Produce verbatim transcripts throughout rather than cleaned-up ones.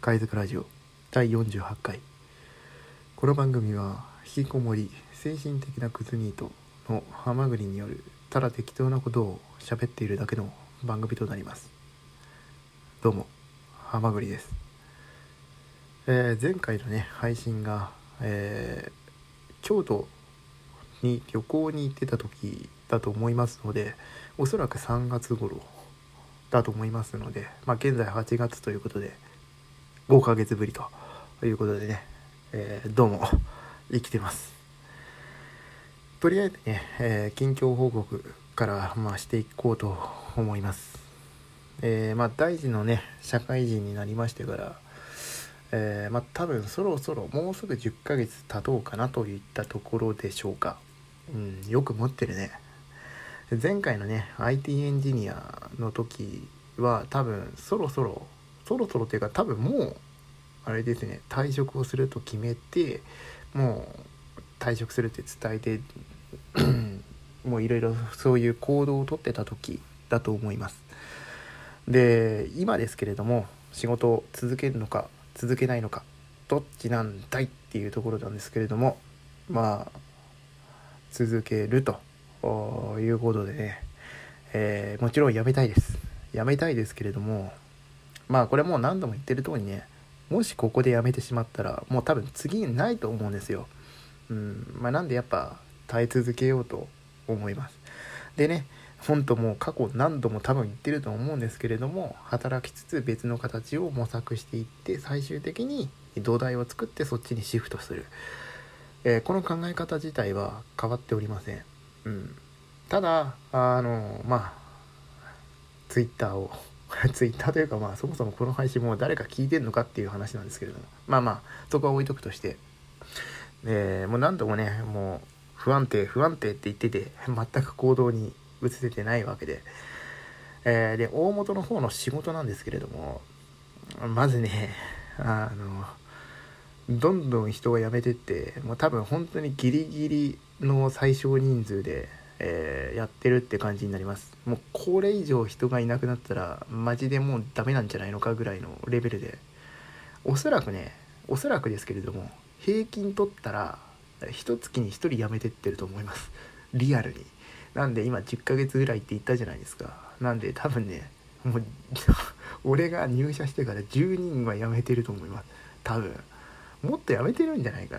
海賊ラジオだいよんじゅうはちかい。この番組は引きこもり精神的なクズニートのハマグリによるただ適当なことを喋っているだけの番組となります。どうもハマグリです。えー、前回のね配信が、えー、京都に旅行に行ってた時だと思いますので、おそらくさんがつ頃だと思いますので、まあ、現在はちがつということでごかげつぶりということでね、えー、どうも生きてます。とりあえずね、えー、近況報告から、まあ、していこうと思います。えー、まあ大事のね社会人になりましてから、えー、まあ多分そろそろもうすぐじゅっかげつ経とうかなといったところでしょうか。うん、よく持ってるね。前回のね アイティー エンジニアの時は多分そろそろそろそろっていうか多分もうあれですね、退職をすると決めて、もう退職するって伝えてもういろいろそういう行動をとってた時だと思います。で今ですけれども、仕事を続けるのか続けないのかどっちなんだいっていうところなんですけれども、まあ続けるということでね、えー、もちろん辞めたいです辞めたいですけれども、まあこれもう何度も言ってる通りね、もしここで辞めてしまったらもう多分次ないと思うんですよ。うんまあなんでやっぱ耐え続けようと思います。でね、本当もう過去何度も多分言ってると思うんですけれども、働きつつ別の形を模索していって、最終的に土台を作ってそっちにシフトする、えー、この考え方自体は変わっておりません。うん、ただあのまあツイッターをツイッターというか、まあそもそもこの配信も誰か聞いてんのかっていう話なんですけれども、まあまあそこは置いとくとして、えー、もう何度もねもう不安定不安定って言ってて全く行動に移せてないわけで、えー、で大元の方の仕事なんですけれども、まずねあのどんどん人が辞めてって、もう多分本当にギリギリの最小人数で、えー、やってるって感じになります。もうこれ以上人がいなくなったらマジでもうダメなんじゃないのかぐらいのレベルで、おそらくねおそらくですけれども平均取ったら一月に一人辞めてってると思います、リアルに。なんで今じゅっかげつぐらいって言ったじゃないですか。なんで多分ねもう俺が入社してからじゅうにんは辞めてると思います。多分もっと辞めてるんじゃないか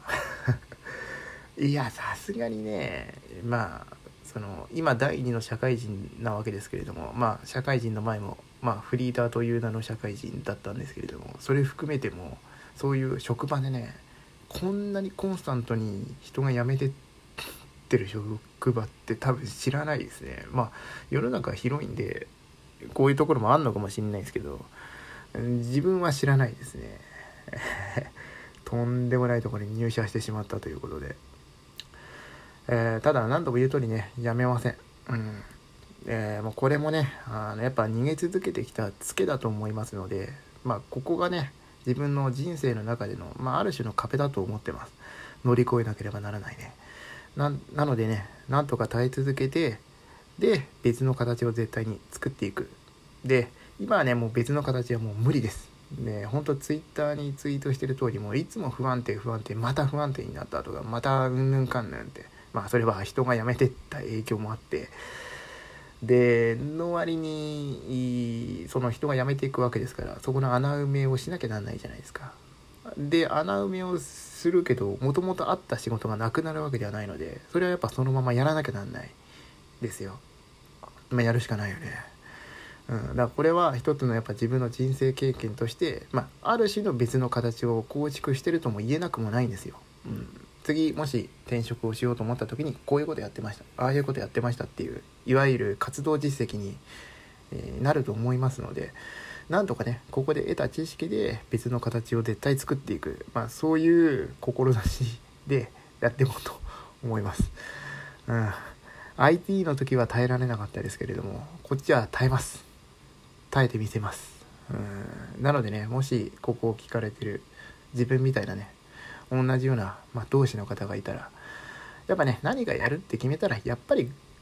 ないやさすがにね、まあその今だいにの社会人なわけですけれども、まあ社会人の前もまあフリーターという名の社会人だったんですけれども、それ含めてもそういう職場でねこんなにコンスタントに人が辞めてってる職場って多分知らないですね。まあ世の中広いんでこういうところもあんのかもしれないですけど、自分は知らないですねとんでもないところに入社してしまったということで、えー、ただ何度も言う通りねやめません。うんえー、もうこれもねあのやっぱ逃げ続けてきたツケだと思いますので、まあここがね自分の人生の中での、まあ、ある種の壁だと思ってます。乗り越えなければならないね。な, なのでねなんとか耐え続けて、で別の形を絶対に作っていく。で今はねもう別の形はもう無理です。で本当ツイッターにツイートしてる通り、もういつも不安定不安定また不安定になったとかまたうんぬんかんぬんって、まあそれは人が辞めてった影響もあって、での割にその人が辞めていくわけですから、そこの穴埋めをしなきゃなんないじゃないですか。で穴埋めをするけどもともとあった仕事がなくなるわけではないので、それはやっぱそのままやらなきゃなんないですよ。まあやるしかないよね。うん、だからこれは一つのやっぱ自分の人生経験として、まあ、ある種の別の形を構築してるとも言えなくもないんですよ。うん、次もし転職をしようと思った時にこういうことやってましたああいうことやってましたっていういわゆる活動実績に、えー、なると思いますので、なんとかねここで得た知識で別の形を絶対作っていく、まあ、そういう志でやっていこうと思います。うん、アイティー の時は耐えられなかったですけれども、こっちは耐えます耐えてみせます。うんなのでね、もしここを聞かれてる自分みたいなね同じような、まあ、同志の方がいたら、やっぱね何かやるって決めたらやっぱり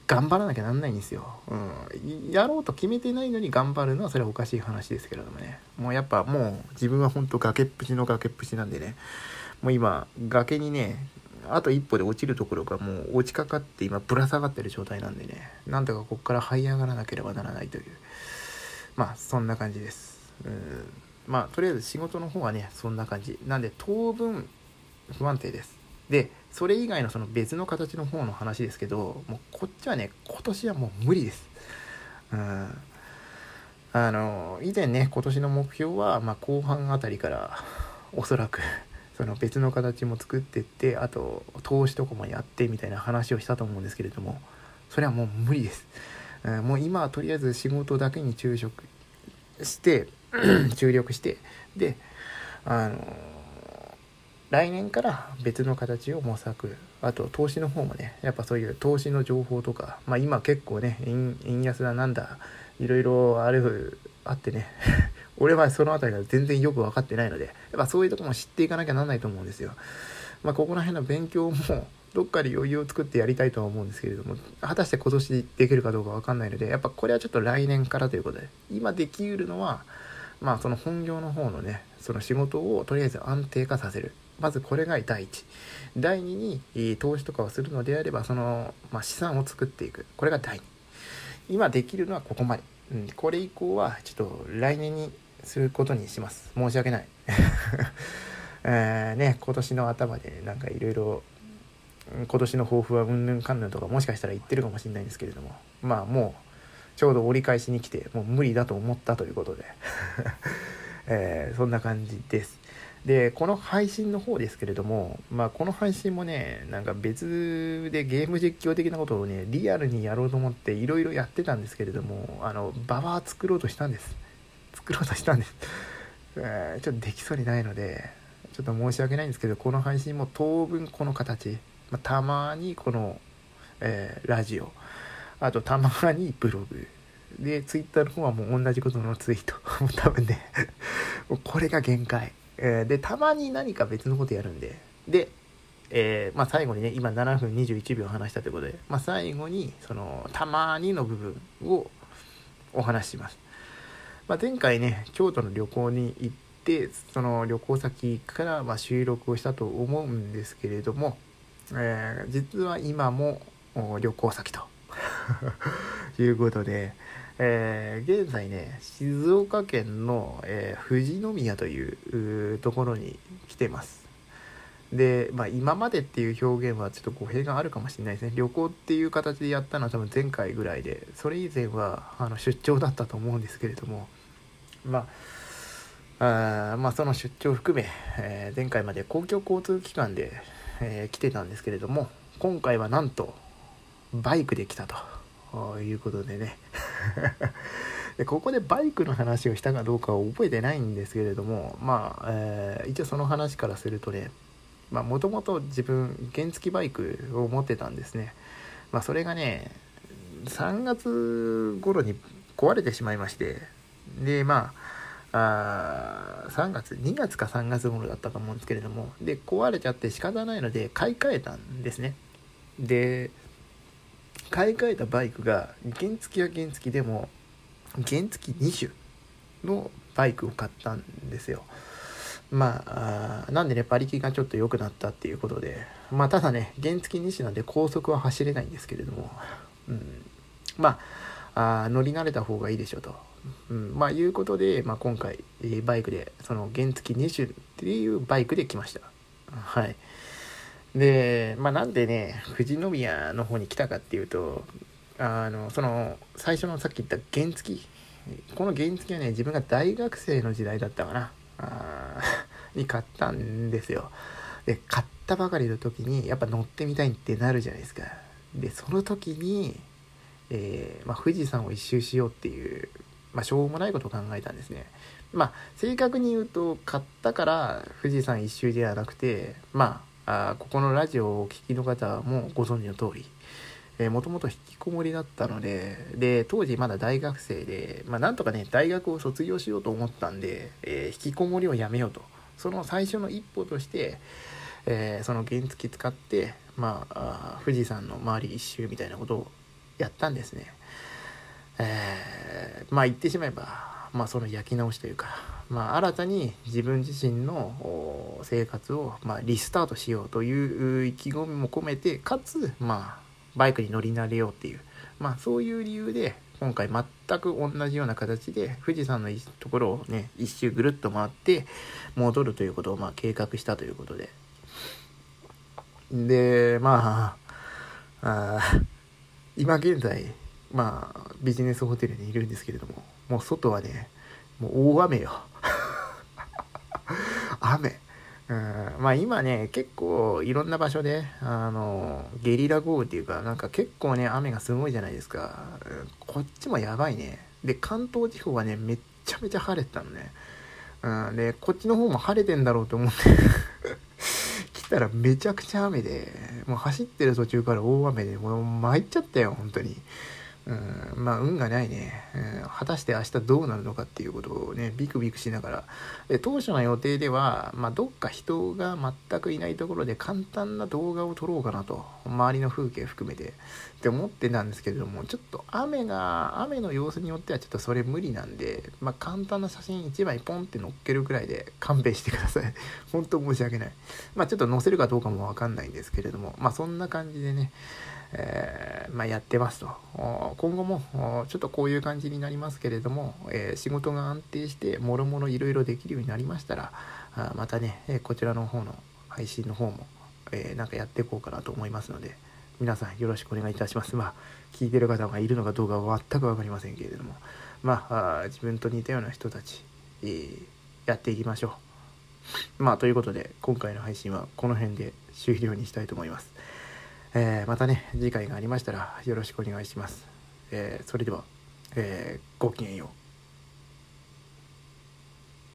頑張らなきゃなんないんですよ、うん、やろうと決めてないのに頑張るのはそれはおかしい話ですけれどもね。もうやっぱもう自分は本当崖っぷちの崖っぷちなんでね、もう今崖にねあと一歩で落ちるところがもう落ちかかって今ぶら下がってる状態なんでね、なんとかここから這い上がらなければならないという、まあそんな感じです。うん、まあとりあえず仕事の方はねそんな感じなんで当分不安定です。でそれ以外のその別の形の方の話ですけど、もうこっちはね今年はもう無理です。うん、あの以前ね今年の目標は、まあ、後半あたりからおそらくその別の形も作ってって、あと投資とかもやってみたいな話をしたと思うんですけれども、それはもう無理です。うん、もう今はとりあえず仕事だけに注力して注力してであの来年から別の形を模索、あと投資の方もねやっぱそういう投資の情報とか、まあ今結構ね 円, 円安だなんだいろいろあるあってね俺はそのあたりが全然よく分かってないので、やっぱそういうとこも知っていかなきゃなんないと思うんですよ。まあここら辺の勉強もどっかで余裕を作ってやりたいとは思うんですけれども、果たして今年できるかどうか分かんないので、やっぱこれはちょっと来年からということで、今できうるのはまあその本業の方のねその仕事をとりあえず安定化させる、まずこれが第一。第二に、えー、投資とかをするのであればその、まあ、資産を作っていく、これが第二。今できるのはここまで、うん、これ以降はちょっと来年にすることにします。申し訳ない、えーね、今年の頭でなんかいろいろ今年の抱負はうんぬんかんぬんとかもしかしたら言ってるかもしれないんですけれども、まあもうちょうど折り返しに来てもう無理だと思ったということで、えー、そんな感じです。でこの配信の方ですけれども、まあこの配信もねなんか別でゲーム実況的なことをねリアルにやろうと思っていろいろやってたんですけれども、あの場は作ろうとしたんです作ろうとしたんです、えー、ちょっとできそうにないのでちょっと申し訳ないんですけど、この配信も当分この形、まあ、たまにこの、えー、ラジオ、あとたまにブログでツイッターの方はもう同じことのツイート多分ねもうこれが限界、えー、でたまに何か別のことやるんで、で、えーまあ、最後にね今ななふんにじゅういちびょう話したということで、まあ、最後にそのたまにの部分をお話しします。まあ、前回ね京都の旅行に行ってその旅行先からまあ収録をしたと思うんですけれども、えー、実は今も旅行先ということで、えー、現在ね静岡県の、えー、富士宮というところに来てます。で、まあ、今までっていう表現はちょっと語弊があるかもしれないですね。旅行っていう形でやったのは多分前回ぐらいで、それ以前はあの出張だったと思うんですけれども、まあ、あまあその出張を含め、えー、前回まで公共交通機関で、えー、来てたんですけれども、今回はなんとバイクで来たということでねでここでバイクの話をしたかどうかは覚えてないんですけれども、まあ、えー、一応その話からするとね、まあもともと自分原付バイクを持ってたんですね。まあそれがねさんがつ頃に壊れてしまいまして、でまああさんがつにがつかさんがつ頃だったと思うんですけれども、で壊れちゃって仕方ないので買い替えたんですね。で買い替えたバイクが原付は原付でも原付に種のバイクを買ったんですよ。まあ、あなんでね馬力がちょっと良くなったっていうことで、まあただね原付に種なんで高速は走れないんですけれども、うん、まあ、あ乗り慣れた方がいいでしょうと、うん、まあいうことで、まあ、今回バイクでその原付に種っていうバイクで来ました。はい。でまあなんでね富士宮の方に来たかっていうと、あのその最初のさっき言った原付、この原付はね自分が大学生の時代だったかなあに買ったんですよ。で買ったばかりの時にやっぱ乗ってみたいってなるじゃないですか。でその時に、えーまあ、富士山を一周しようっていう、まあ、しょうもないことを考えたんですね。まあ正確に言うと買ったから富士山一周ではなくて、まあ、あここのラジオをお聞きの方もご存知の通り、えー、もともと引きこもりだったので、で当時まだ大学生で、まあ、なんとかね大学を卒業しようと思ったんで、えー、引きこもりをやめようと、その最初の一歩として、えー、その原付使って、まあ、あ富士山の周り一周みたいなことをやったんですね。えー、まあ言ってしまえば、まあ、その焼き直しというか、まあ、新たに自分自身の生活を、まあ、リスタートしようという意気込みも込めて、かつ、まあ、バイクに乗り慣れようっていう、まあ、そういう理由で今回全く同じような形で富士山のところをね一周ぐるっと回って戻るということをまあ計画したということで、でまあ、あ今現在まあビジネスホテルにいるんですけれども、もう外はねもう大雨よ雨。うん、まあ今ね結構いろんな場所であのゲリラ豪雨っていうかなんか結構ね雨がすごいじゃないですか、うん、こっちもやばいね。で関東地方はねめっちゃめちゃ晴れてたのね、うん、でこっちの方も晴れてんだろうと思って来たらめちゃくちゃ雨で、もう走ってる途中から大雨でもう参っちゃったよ本当に。うん、まあ運がないね、うん、果たして明日どうなるのかっていうことをねビクビクしながら、で当初の予定では、まあ、どっか人が全くいないところで簡単な動画を撮ろうかなと、周りの風景含めてって思ってたんですけれども、ちょっと雨が雨の様子によってはちょっとそれ無理なんで、まあ、簡単な写真いちまいポンって載っけるぐらいで勘弁してください本当申し訳ない。まあちょっと載せるかどうかもわかんないんですけれども、まあそんな感じでねえーまあ、やってますと。今後もちょっとこういう感じになりますけれども、えー、仕事が安定してもろもろいろいろできるようになりましたら、あまたね、えー、こちらの方の配信の方も、えー、なんかやっていこうかなと思いますので、皆さんよろしくお願いいたします。まあ聞いてる方がいるのかどうかは全く分かりませんけれども、まあ、あ自分と似たような人たち、えー、やっていきましょう。まあということで今回の配信はこの辺で終了にしたいと思います。えー、またね次回がありましたらよろしくお願いします。えー、それでは、えー、ごきげんよう。